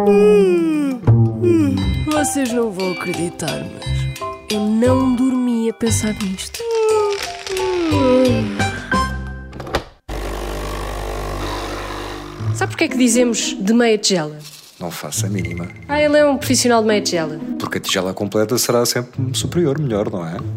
Vocês não vão acreditar, mas eu não dormi a pensar nisto. Sabe porque é que dizemos de meia tigela? Não faço a mínima. Ele é um profissional de meia tigela. Porque a tigela completa será sempre superior, melhor, não é?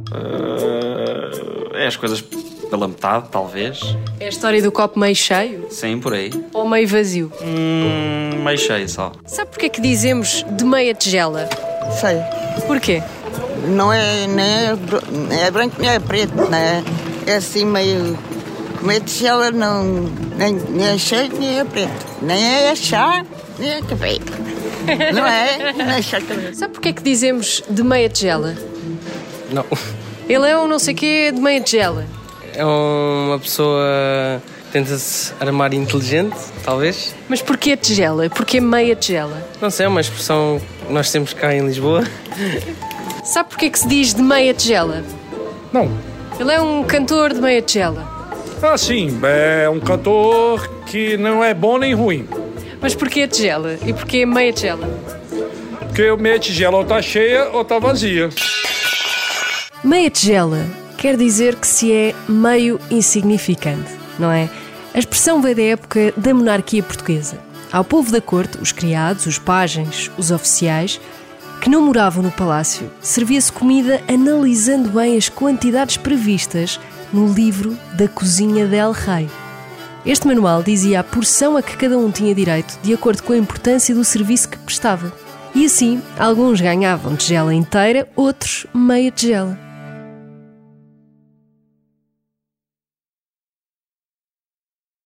É as coisas pela metade, talvez. É a história do copo meio cheio Sim, por aí. ou meio vazio? Meio cheio só. Sabe porque é que dizemos de meia tigela? Sei. Porquê? Não é, nem é branco nem é preto, né? É assim meio tigela, não, nem é cheio nem é preto. Nem é chá, nem é café. Não é? Nem é chá café. Sabe porque é que dizemos de meia tigela? Não. Ele é um não sei quê de meia tigela. É uma pessoa que tenta-se armar inteligente, talvez. Mas porquê tigela? Porquê meia tigela? Não sei, é uma expressão que nós temos cá em Lisboa. Sabe porquê que se diz de meia tigela? Não. Ele é um cantor de meia tigela. Sim, é um cantor que não é bom nem ruim. Mas porquê tigela? E porquê meia tigela? Porque meia tigela ou tá cheia ou tá vazia. Meia tigela quer dizer que se é meio insignificante, não é? A expressão veio da época da monarquia portuguesa. Ao povo da corte, os criados, os pajens, os oficiais, que não moravam no palácio, servia-se comida analisando bem as quantidades previstas no livro da cozinha del Rei. Este manual dizia a porção a que cada um tinha direito de acordo com a importância do serviço que prestava. E assim, alguns ganhavam tigela inteira, outros meia tigela.